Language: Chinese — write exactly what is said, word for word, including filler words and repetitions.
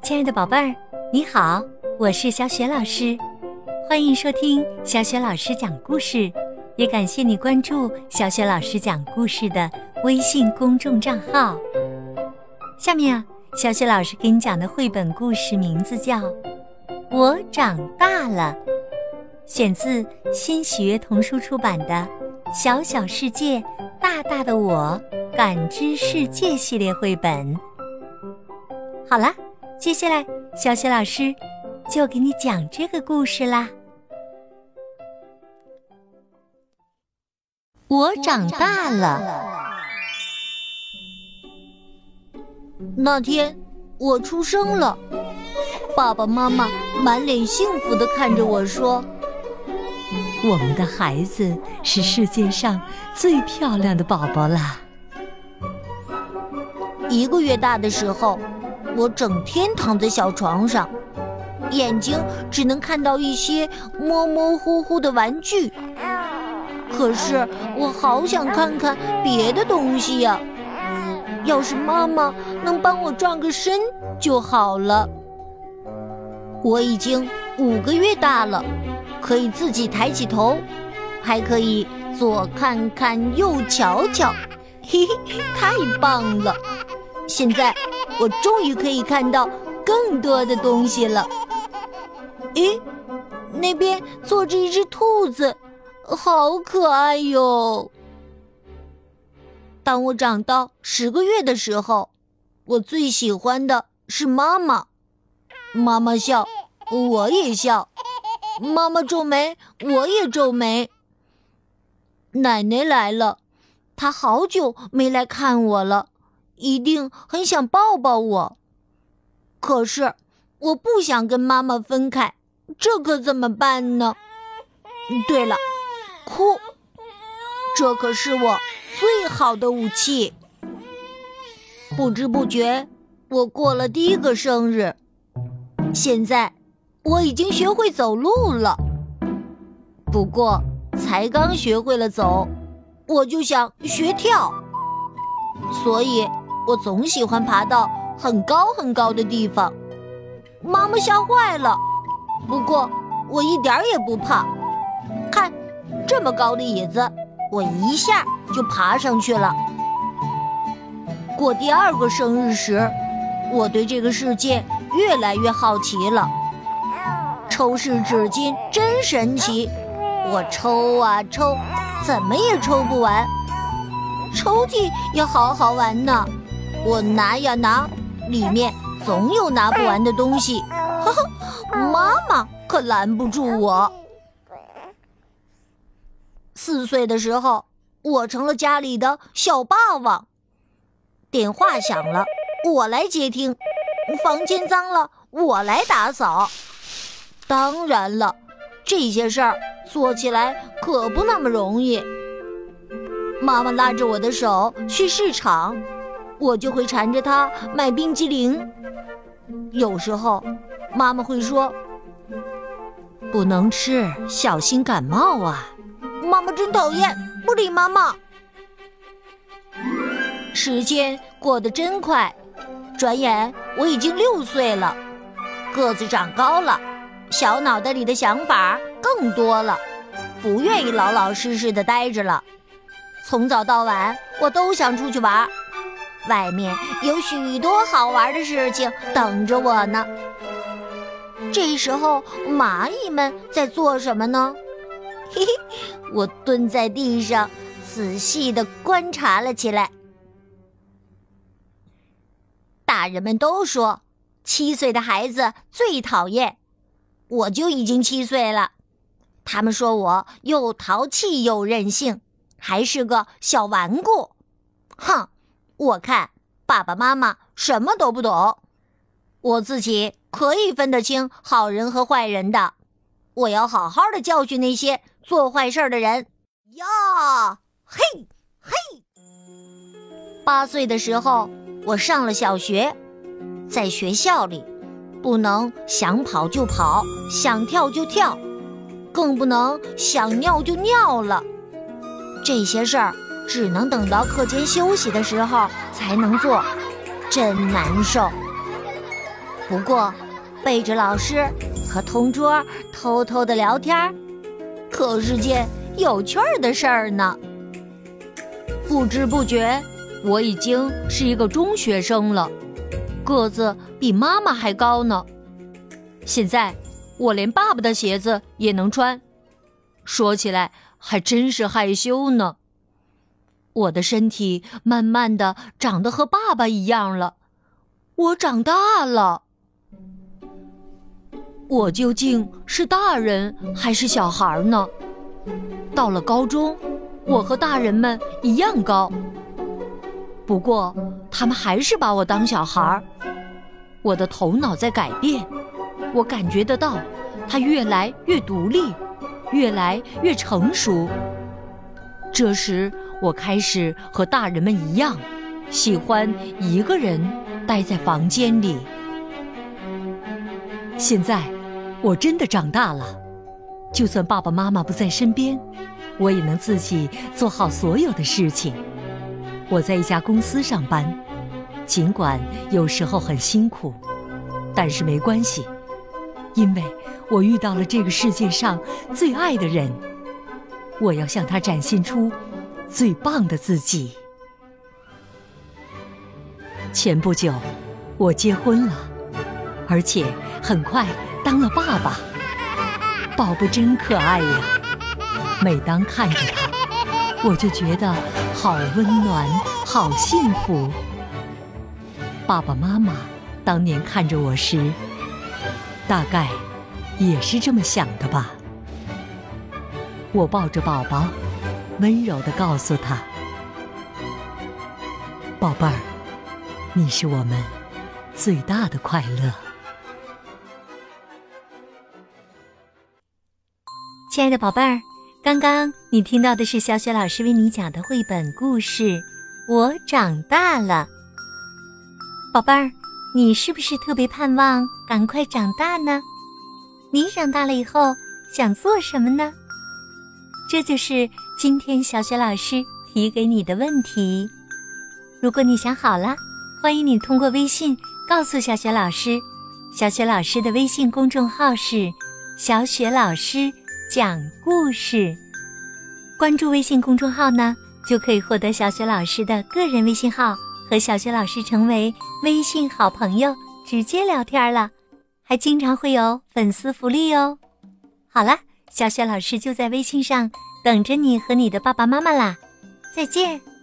亲爱的宝贝儿，你好，我是小雪老师，欢迎收听小雪老师讲故事，也感谢你关注小雪老师讲故事的微信公众账号。下面啊，小雪老师给你讲的绘本故事名字叫《我长大了》，选自新喜悦童书出版的《小小世界，大大的我感知世界》系列绘本。好了，接下来小雪老师就给你讲这个故事啦。我长大了。 那天我出生了，爸爸妈妈满脸幸福地看着我说， 我们的孩子是世界上最漂亮的宝宝啦。 一个月大的时候，我整天躺在小床上，眼睛只能看到一些模模糊糊的玩具。可是我好想看看别的东西呀，要是妈妈能帮我转个身就好了。我已经五个月大了，可以自己抬起头，还可以左看看右瞧瞧，嘿嘿，太棒了！现在我终于可以看到更多的东西了。诶，那边坐着一只兔子，好可爱哟！当我长到十个月的时候，我最喜欢的是妈妈。妈妈笑，我也笑；妈妈皱眉，我也皱眉。奶奶来了，她好久没来看我了，一定很想抱抱我。可是我不想跟妈妈分开，这可怎么办呢？对了，哭，这可是我最好的武器。不知不觉，我过了第一个生日。现在我已经学会走路了，不过才刚学会了走，我就想学跳，所以我总喜欢爬到很高很高的地方。妈妈吓坏了，不过我一点也不怕。看，这么高的椅子，我一下就爬上去了。过第二个生日时，我对这个世界越来越好奇了。抽湿纸巾真神奇，我抽啊抽，怎么也抽不完。抽屉也好好玩呢，我拿呀拿，里面总有拿不完的东西。呵呵，妈妈可拦不住我。四岁的时候，我成了家里的小霸王。电话响了，我来接听；房间脏了，我来打扫。当然了，这些事儿做起来可不那么容易。妈妈拉着我的手去市场，我就会缠着她买冰激凌。有时候妈妈会说，不能吃，小心感冒啊。妈妈真讨厌，不理妈妈。时间过得真快，转眼我已经六岁了，个子长高了，小脑袋里的想法更多了，不愿意老老实实的待着了。从早到晚，我都想出去玩，外面有许多好玩的事情等着我呢。这时候，蚂蚁们在做什么呢？嘿嘿，我蹲在地上，仔细地观察了起来。大人们都说，七岁的孩子最讨厌，我就已经七岁了。他们说我又淘气又任性，还是个小顽固。哼，我看爸爸妈妈什么都不懂，我自己可以分得清好人和坏人的。我要好好的教训那些做坏事的人呀！嘿，嘿。八岁的时候，我上了小学，在学校里，不能想跑就跑，想跳就跳，更不能想尿就尿了。这些事儿只能等到课间休息的时候才能做，真难受。 不过，背着老师和同桌偷偷的聊天，可是件有趣儿的事儿呢。不知不觉，我已经是一个中学生了，个子比妈妈还高呢。现在我连爸爸的鞋子也能穿，说起来还真是害羞呢。我的身体慢慢的长得和爸爸一样了，我长大了。我究竟是大人还是小孩呢？到了高中，我和大人们一样高，不过他们还是把我当小孩。我的头脑在改变，我感觉得到，它越来越独立，越来越成熟。这时，我开始和大人们一样，喜欢一个人待在房间里。现在，我真的长大了，就算爸爸妈妈不在身边，我也能自己做好所有的事情。我在一家公司上班，尽管有时候很辛苦，但是没关系，因为我遇到了这个世界上最爱的人，我要向他展现出最棒的自己。前不久，我结婚了，而且很快当了爸爸。宝贝真可爱呀！每当看着他，我就觉得好温暖，好幸福。爸爸妈妈当年看着我时，大概也是这么想的吧。我抱着宝宝，温柔地告诉他：“宝贝儿，你是我们最大的快乐。” 亲爱的宝贝儿，刚刚你听到的是小雪老师为你讲的绘本故事《我长大了》。宝贝儿，你是不是特别盼望赶快长大呢？你长大了以后想做什么呢？这就是今天小雪老师提给你的问题。如果你想好了，欢迎你通过微信告诉小雪老师。小雪老师的微信公众号是小雪老师讲故事，关注微信公众号呢，就可以获得小雪老师的个人微信号，和小雪老师成为微信好朋友，直接聊天了，还经常会有粉丝福利哦。好了，小雪老师就在微信上等着你和你的爸爸妈妈啦，再见。